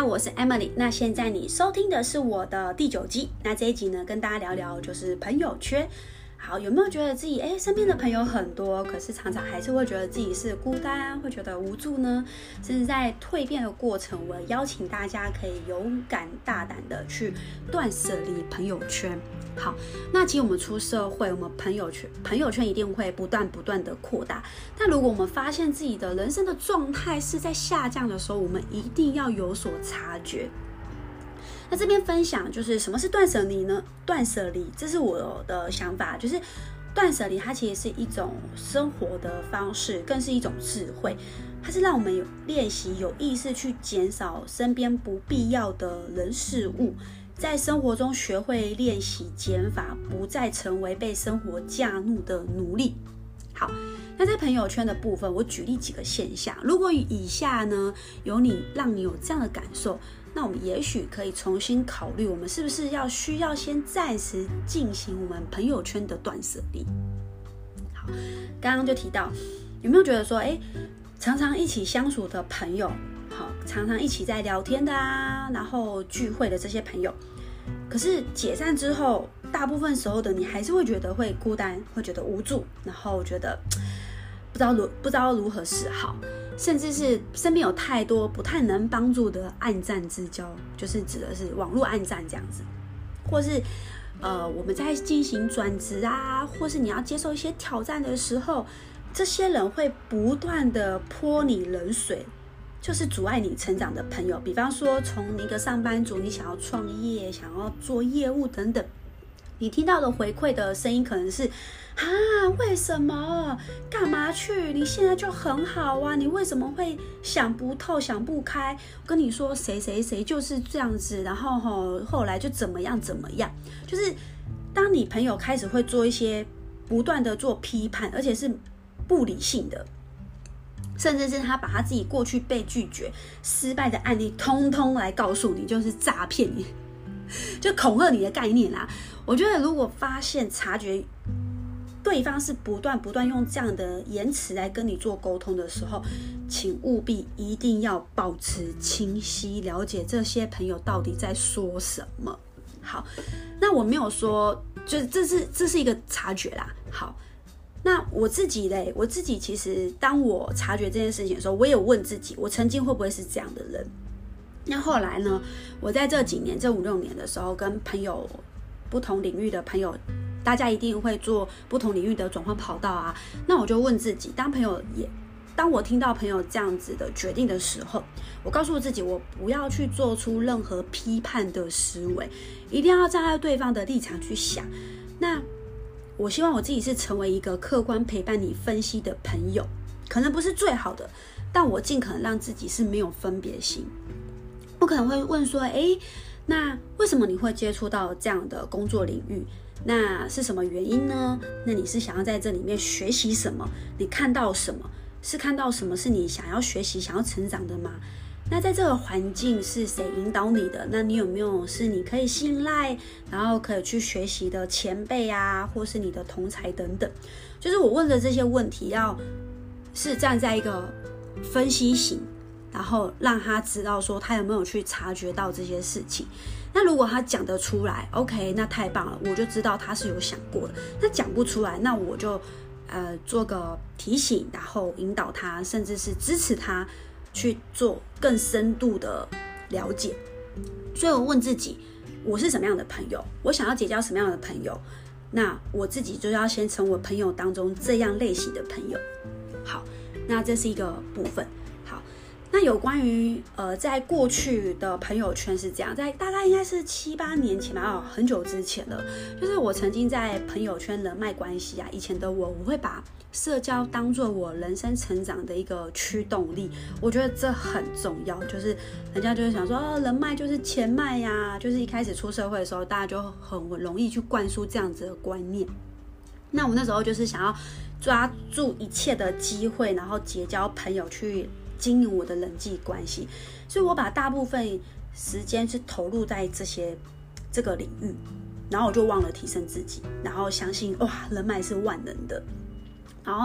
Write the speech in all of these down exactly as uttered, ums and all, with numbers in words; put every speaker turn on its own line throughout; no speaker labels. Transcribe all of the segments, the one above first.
我是 Emily。那现在你收听的是我的第九集。那这一集呢，跟大家聊聊就是朋友圈。好，有没有觉得自己哎身边的朋友很多，可是常常还是会觉得自己是孤单，会觉得无助呢？甚至在蜕变的过程，我邀请大家可以勇敢大胆的去断舍离朋友圈。好，那其实我们出社会，我们朋友圈朋友圈一定会不断不断的扩大。但如果我们发现自己的人生的状态是在下降的时候，我们一定要有所察觉。那这边分享就是什么是断舍离呢？断舍离，这是我的想法，就是断舍离它其实是一种生活的方式，更是一种智慧。它是让我们有练习有意识去减少身边不必要的人事物，在生活中学会练习减法，不再成为被生活驾怒的奴隶。好，那在朋友圈的部分，我举例几个现象。如果以下呢有你让你有这样的感受，那我们也许可以重新考虑，我们是不是要需要先暂时进行我们朋友圈的断舍离。好，刚刚就提到，有没有觉得说，哎，常常一起相处的朋友，好，常常一起在聊天的啊，然后聚会的这些朋友，可是解散之后，大部分时候的你还是会觉得会孤单，会觉得无助，然后觉得不知道如不知道如何是好。甚至是身边有太多不太能帮助的暗战之交，就是指的是网络暗战这样子，或是呃我们在进行转职啊，或是你要接受一些挑战的时候，这些人会不断的泼你冷水，就是阻碍你成长的朋友。比方说从一个上班族，你想要创业，想要做业务等等，你听到的回馈的声音可能是啊，为什么？干嘛去？你现在就很好啊，你为什么会想不透、想不开？我跟你说，谁谁谁就是这样子，然后吼后来就怎么样怎么样。就是当你朋友开始会做一些不断的做批判，而且是不理性的，甚至是他把他自己过去被拒绝、失败的案例，通通来告诉你，就是诈骗你，就恐吓你的概念啦。我觉得如果发现、察觉对方是不断不断用这样的言辞来跟你做沟通的时候，请务必一定要保持清晰，了解这些朋友到底在说什么。好，那我没有说，就是这是这是一个察觉啦。好，那我自己嘞，我自己其实当我察觉这件事情的时候，我也有问自己，我曾经会不会是这样的人？那后来呢，我在这几年这五六年的时候，跟朋友不同领域的朋友，大家一定会做不同领域的转换跑道啊。那我就问自己，当朋友也，当我听到朋友这样子的决定的时候，我告诉自己，我不要去做出任何批判的思维，一定要站在对方的立场去想。那我希望我自己是成为一个客观陪伴你分析的朋友，可能不是最好的，但我尽可能让自己是没有分别心。我可能会问说，诶，那为什么你会接触到这样的工作领域？那是什么原因呢？那你是想要在这里面学习什么？你看到什么？是看到什么是你想要学习、想要成长的吗？那在这个环境是谁引导你的？那你有没有是你可以信赖，然后可以去学习的前辈啊，或是你的同才等等？就是我问的这些问题，要是站在一个分析型，然后让他知道说他有没有去察觉到这些事情。那如果他讲得出来 ，OK， 那太棒了，我就知道他是有想过的。那讲不出来，那我就呃做个提醒，然后引导他，甚至是支持他去做更深度的了解。所以我问自己，我是什么样的朋友？我想要结交什么样的朋友？那我自己就要先成为朋友当中这样类型的朋友。好，那这是一个部分。那有关于呃，在过去的朋友圈是这样，在大概应该是七八年前吧，哦，很久之前了。就是我曾经在朋友圈人脉关系啊，以前的我，我会把社交当作我人生成长的一个驱动力。我觉得这很重要，就是人家就是想说，哦，人脉就是钱脉呀，就是一开始出社会的时候，大家就很容易去灌输这样子的观念。那我那时候就是想要抓住一切的机会，然后结交朋友去经营我的人际关系，所以我把大部分时间是投入在这些这个领域，然后我就忘了提升自己，然后相信哇，人脉是万能的。然后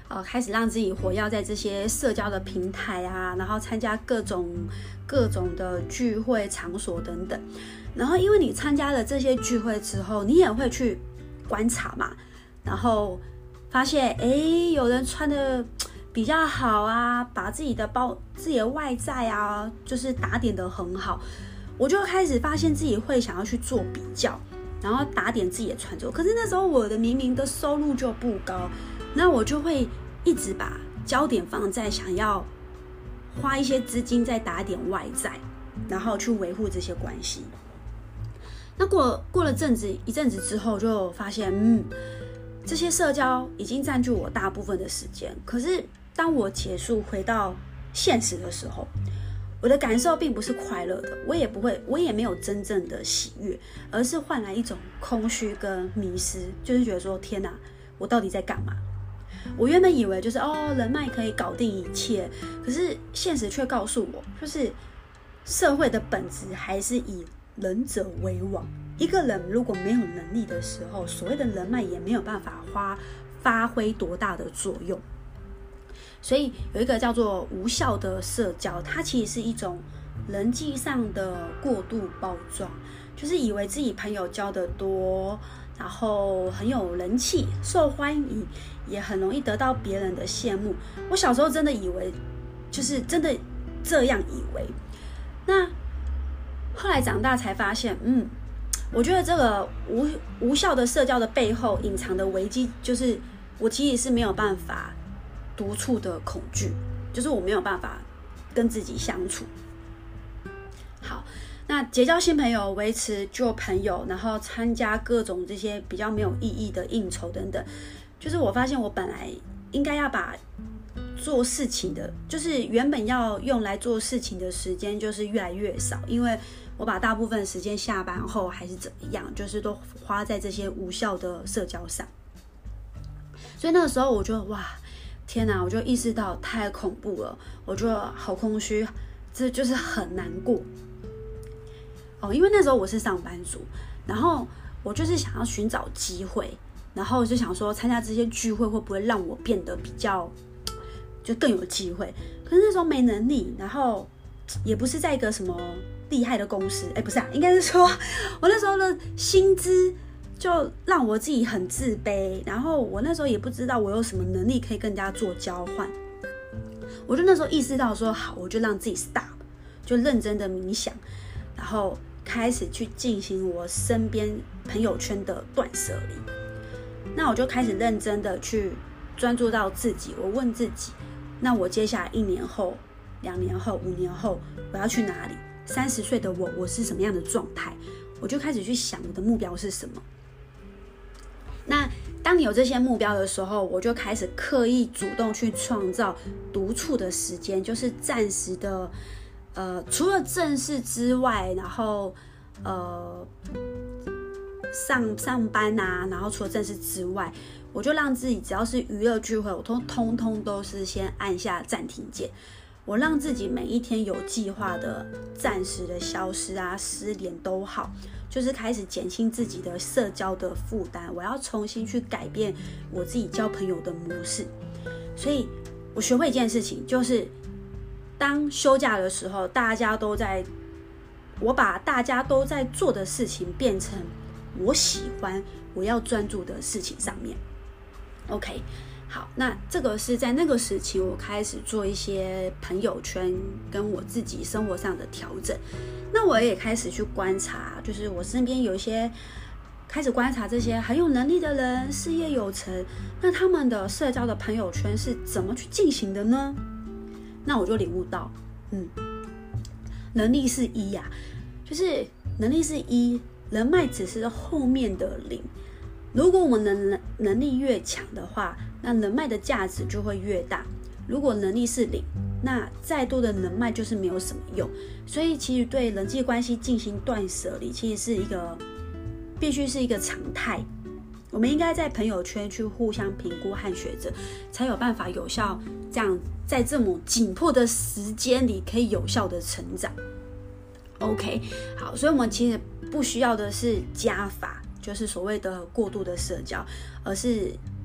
呃，开始让自己活跃在这些社交的平台啊，然后参加各种各种的聚会场所等等。然后因为你参加了这些聚会之后，你也会去观察嘛，然后发现诶，有人穿的比较好啊，把自己的包自己的外在啊，就是打点得很好，我就开始发现自己会想要去做比较，然后打点自己的穿着。可是那时候我的明明的收入就不高，那我就会一直把焦点放在想要花一些资金在打点外在，然后去维护这些关系。那过过了阵子一阵子之后，就发现，嗯，这些社交已经占据我大部分的时间。可是当我结束回到现实的时候，我的感受并不是快乐的，我也不会，我也没有真正的喜悦，而是换来一种空虚跟迷失，就是觉得说，天哪，我到底在干嘛？我原本以为就是哦，人脉可以搞定一切，可是现实却告诉我，就是社会的本质还是以仁者为王。一个人如果没有能力的时候，所谓的人脉也没有办法花发挥多大的作用。所以有一个叫做无效的社交，它其实是一种人际上的过度包装，就是以为自己朋友交得多，然后很有人气，受欢迎，也很容易得到别人的羡慕。我小时候真的以为，就是真的这样以为。那后来长大才发现，嗯，我觉得这个 无, 无效的社交的背后隐藏的危机，就是我其实是没有办法独处的恐惧，就是我没有办法跟自己相处。好，那结交新朋友，维持旧朋友，然后参加各种这些比较没有意义的应酬等等，就是我发现我本来应该要把做事情的，就是原本要用来做事情的时间就是越来越少，因为我把大部分时间下班后还是怎么样，就是都花在这些无效的社交上。所以那个时候我就哇，天哪，我就意识到太恐怖了，我就好空虚，这就是很难过。哦，因为那时候我是上班族，然后我就是想要寻找机会，然后就想说参加这些聚会会不会让我变得比较就更有机会。可是那时候没能力，然后也不是在一个什么厉害的公司，哎，不是啊，应该是说我那时候的薪资就让我自己很自卑，然后我那时候也不知道我有什么能力可以跟人家做交换。我就那时候意识到说，好，我就让自己 stop， 就认真的冥想，然后开始去进行我身边朋友圈的断舍离。那我就开始认真的去专注到自己，我问自己，那我接下来一年后、两年后、五年后我要去哪里？三十岁的我，我是什么样的状态？我就开始去想我的目标是什么。那当你有这些目标的时候，我就开始刻意主动去创造独处的时间，就是暂时的，呃，除了正事之外，然后呃上上班啊，然后除了正事之外，我就让自己只要是娱乐聚会，我通通通都是先按下暂停键。我让自己每一天有计划的暂时的消失啊，失联都好，就是开始减轻自己的社交的负担。我要重新去改变我自己交朋友的模式。所以我学会一件事情，就是当休假的时候，大家都在，我把大家都在做的事情变成我喜欢、我要专注的事情上面。OK。好，那这个是在那个时期我开始做一些朋友圈跟我自己生活上的调整。那我也开始去观察，就是我身边有一些开始观察这些很有能力的人，事业有成，那他们的社交的朋友圈是怎么去进行的呢？那我就领悟到，嗯，能力是一呀、啊，就是能力是一，人脉只是后面的零。如果我们能能力越强的话，那人脉的价值就会越大。如果能力是零，那再多的人脉就是没有什么用。所以其实对人际关系进行断舍离，其实是一个必须是一个常态。我们应该在朋友圈去互相评估和学着，才有办法有效这样在这么紧迫的时间里可以有效的成长。OK， 好，所以我们其实不需要的是加法，就是所谓的过度的社交，而是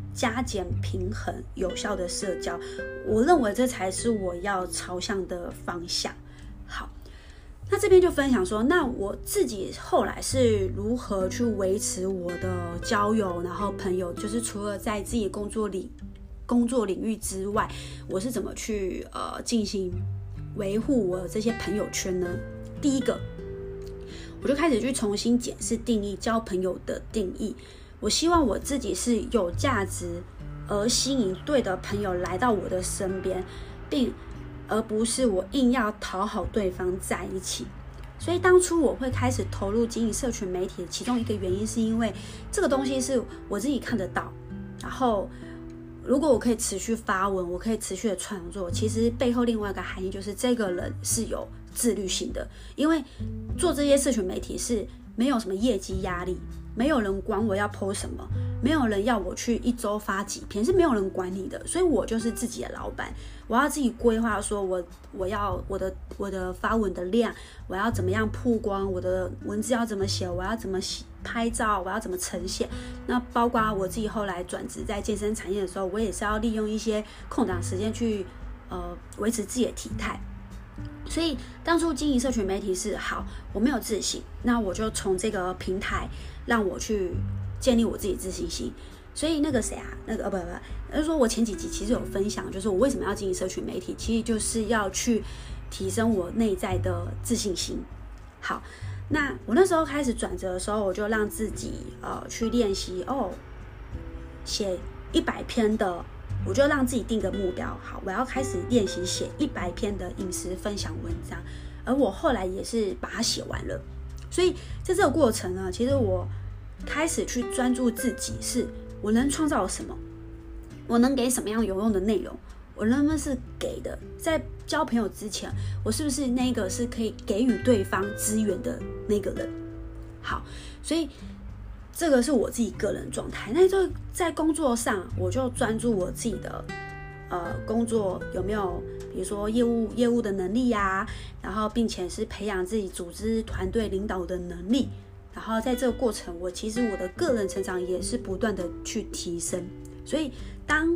加减平衡有效的社交，我认为这才是我要朝向的方向。好，那这边就分享说，那我自己后来是如何去维持我的交友，然后朋友，就是除了在自己工作里工作领域之外，我是怎么去呃进行维护我这些朋友圈呢？第一个，我就开始去重新检视定义交朋友的定义。我希望我自己是有价值而吸引对的朋友来到我的身边，并而不是我硬要讨好对方在一起。所以当初我会开始投入经营社群媒体，其中一个原因是因为这个东西是我自己看得到，然后如果我可以持续发文，我可以持续的创作，其实背后另外一个含义就是这个人是有自律性的。因为做这些社群媒体是没有什么业绩压力，没有人管我要 po 什么，没有人要我去一周发几篇，是没有人管你的，所以我就是自己的老板，我要自己规划，说我我要我的我的发文的量，我要怎么样曝光，我的文字要怎么写，我要怎么拍照，我要怎么呈现。那包括我自己后来转职在健身产业的时候，我也是要利用一些空档时间去呃维持自己的体态。所以当初经营社群媒体是好，我没有自信，那我就从这个平台让我去建立我自己自信心。所以那个谁啊，那个呃不不，就是说我前几集其实有分享，就是我为什么要经营社群媒体，其实就是要去提升我内在的自信心。好，那我那时候开始转折的时候，我就让自己呃去练习哦，写一百篇的。我就让自己定个目标，好，我要开始练习写一百篇的饮食分享文章，而我后来也是把它写完了。所以在这个过程呢，其实我开始去专注自己，是我能创造什么，我能给什么样有用的内容，我能不能是给的，在交朋友之前，我是不是那个是可以给予对方资源的那个人。好，所以这个是我自己个人状态。那就在工作上，我就专注我自己的呃工作有没有，比如说业务业务的能力啊，然后并且是培养自己组织团队领导的能力。然后在这个过程，我其实我的个人成长也是不断的去提升。所以当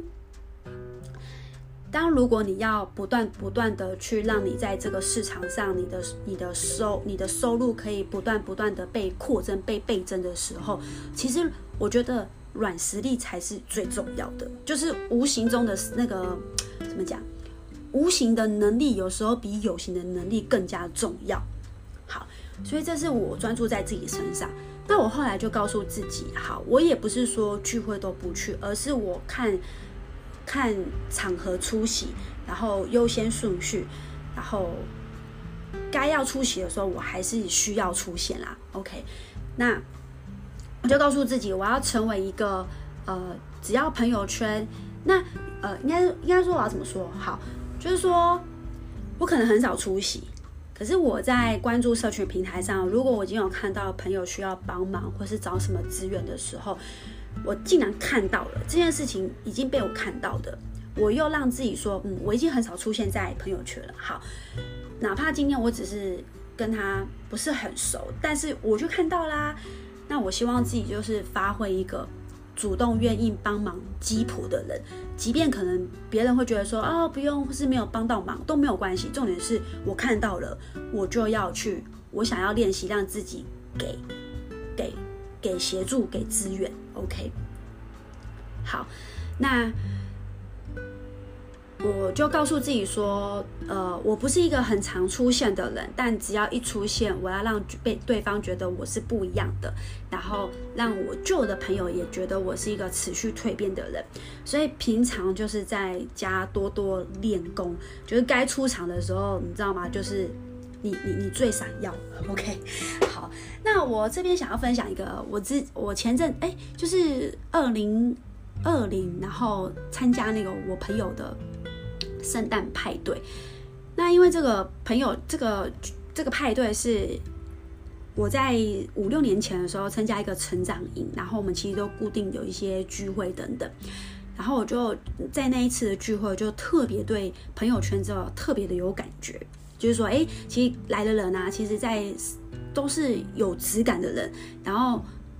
当如果你要不断不断的去让你在这个市场上，你的你的收你的收入可以不断不断的被扩增被倍增的时候，其实我觉得软实力才是最重要的，就是无形中的那个怎么讲，无形的能力有时候比有形的能力更加重要。好，所以这是我专注在自己身上。那我后来就告诉自己，好，我也不是说聚会都不去，而是我看。看场合出席，然后优先顺序，然后该要出席的时候，我还是需要出现啦。OK， 那我就告诉自己，我要成为一个呃，只要朋友圈，那呃，应该应该说我要怎么说？好，就是说我可能很少出席，可是我在关注社群平台上，如果我已经有看到朋友需要帮忙或是找什么资源的时候，我竟然看到了这件事情已经被我看到的，我又让自己说，嗯，我已经很少出现在朋友圈了。好，哪怕今天我只是跟他不是很熟，但是我就看到啦。那我希望自己就是发挥一个主动愿意帮忙鸡婆的人，即便可能别人会觉得说，哦，不用，或是没有帮到忙都没有关系。重点是我看到了，我就要去，我想要练习让自己给给。给协助，给资源 ，OK。好，那我就告诉自己说，呃，我不是一个很常出现的人，但只要一出现，我要让被对方觉得我是不一样的，然后让我旧的朋友也觉得我是一个持续蜕变的人。所以平常就是在家多多练功，就是该出场的时候，你知道吗？就是你你你最闪耀 ，OK。好，那我这边想要分享一个，我之我前阵哎，就是二零二零，然后参加那个我朋友的圣诞派对。那因为这个朋友这个这个派对是我在五六年前的时候参加一个成长营，然后我们其实都固定有一些聚会等等。然后我就在那一次的聚会，就特别对朋友圈之后特别的有感觉。就是说，哎，其实来的人啊，其实在都是有质感的人，然后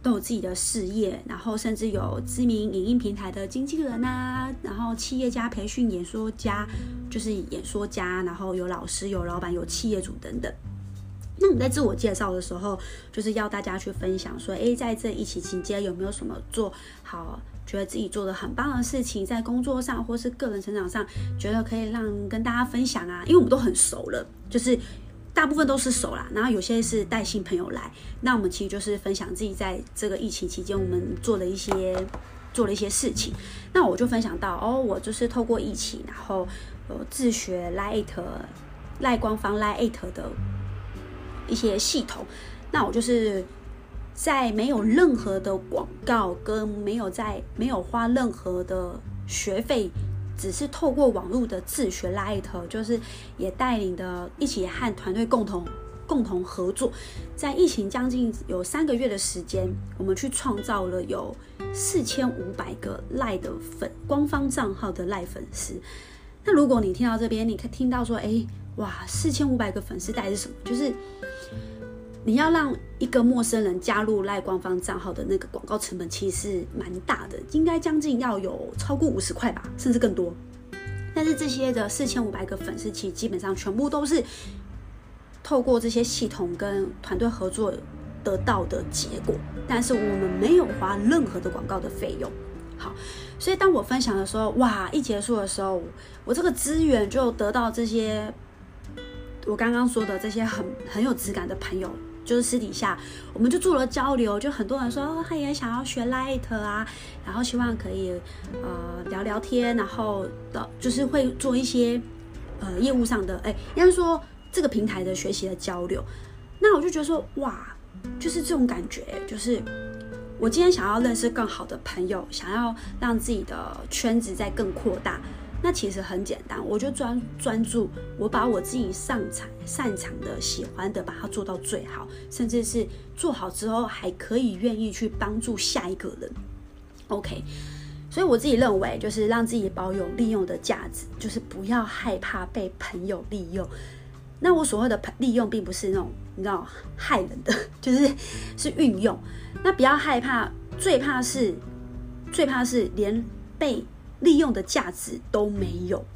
都有自己的事业，然后甚至有知名影音平台的经纪人啊，然后企业家培训演说家，就是演说家，然后有老师、有老板、有企业主等等。那我们在自我介绍的时候，就是要大家去分享说，诶，在这疫情期间有没有什么做好，觉得自己做的很棒的事情，在工作上或是个人成长上，觉得可以让跟大家分享啊。因为我们都很熟了，就是大部分都是熟啦，然后有些是带新朋友来，那我们其实就是分享自己在这个疫情期间我们做了一些做了一些事情。那我就分享到，哦，我就是透过疫情，然后呃自学 Line 赖官方 Line 的一些系统，那我就是在没有任何的广告跟没有在没有花任何的学费，只是透过网络的自学 Line， 就是也带领的一起和团队共同共同合作，在疫情将近有三个月的时间，我们去创造了有四千五百个 Line 的粉官方账号的 Line 粉丝。那如果你听到这边，你可以听到说，哎，哇，四千五百个粉丝带是什么？就是你要让一个陌生人加入 Line 官方账号的那个广告成本其实是蛮大的，应该将近要有超过五十块吧，甚至更多。但是这些的四千五百个粉丝，其实基本上全部都是透过这些系统跟团队合作得到的结果，但是我们没有花任何的广告的费用。好，所以当我分享的时候，哇，一结束的时候，我这个资源就得到这些我刚刚说的这些很很有质感的朋友，就是私底下我们就做了交流，就很多人说，哦，他也想要学 Line 啊，然后希望可以呃聊聊天，然后的就是会做一些呃业务上的，哎，应该说这个平台的学习的交流。那我就觉得说，哇，就是这种感觉，就是我今天想要认识更好的朋友，想要让自己的圈子再更扩大。那其实很简单，我就专专注，我把我自己擅长擅长的、喜欢的，把它做到最好，甚至是做好之后还可以愿意去帮助下一个人。OK， 所以我自己认为，就是让自己保有利用的价值，就是不要害怕被朋友利用。那我所谓的利用，并不是那种你知道害人的，就是是运用。那不要害怕，最怕是最怕是连被利用的价值都没有。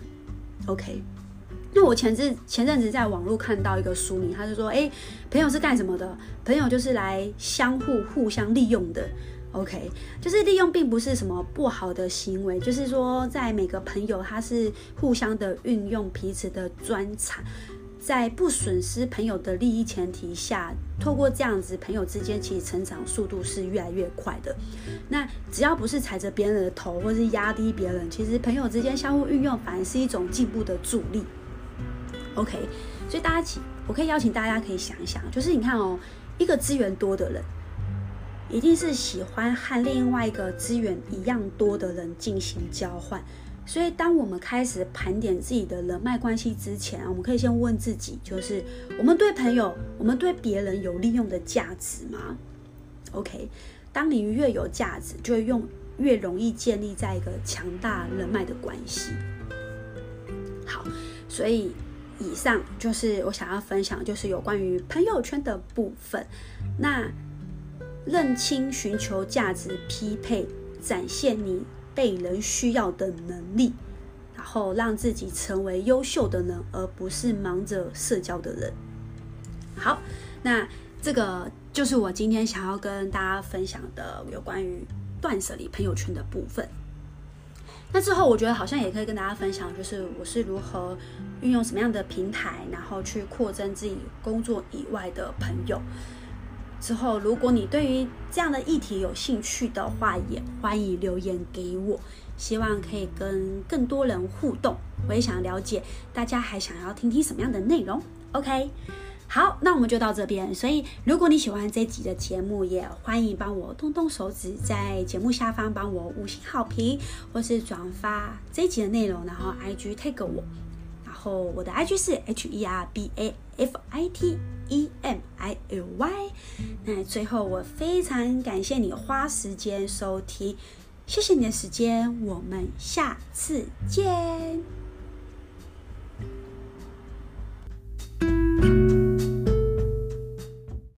OK， 那我前阵前阵子在网络看到一个书名，他就说，哎，朋友是干什么的？朋友就是来相互互相利用的。 OK， 就是利用并不是什么不好的行为，就是说在每个朋友他是互相的运用彼此的专长，在不损失朋友的利益前提下，透过这样子，朋友之间其实成长速度是越来越快的。那只要不是踩着别人的头，或是压低别人，其实朋友之间相互运用，反而是一种进步的助力。OK， 所以大家，我可以邀请大家可以想一想，就是你看哦，一个资源多的人，一定是喜欢和另外一个资源一样多的人进行交换。所以当我们开始盘点自己的人脉关系之前，我们可以先问自己，就是我们对朋友，我们对别人有利用的价值吗？ OK， 当你越有价值，就会用越容易建立在一个强大人脉的关系。好，所以以上就是我想要分享，就是有关于朋友圈的部分。那认清寻求价值匹配，展现你被人需要的能力，然后让自己成为优秀的人，而不是忙着社交的人。好，那这个就是我今天想要跟大家分享的有关于断舍离朋友圈的部分。那之后我觉得好像也可以跟大家分享，就是我是如何运用什么样的平台，然后去扩增自己工作以外的朋友。之后如果你对于这样的议题有兴趣的话，也欢迎留言给我，希望可以跟更多人互动。我也想了解大家还想要听听什么样的内容。 OK， 好，那我们就到这边。所以如果你喜欢这集的节目，也欢迎帮我动动手指，在节目下方帮我五星好评，或是转发这一集的内容，然后 I G tag 我，然后我的 I G 是 H E R B A F I T E M I L Y。 那最后我非常感谢你花时间收听，谢谢你的时间，我们下次见。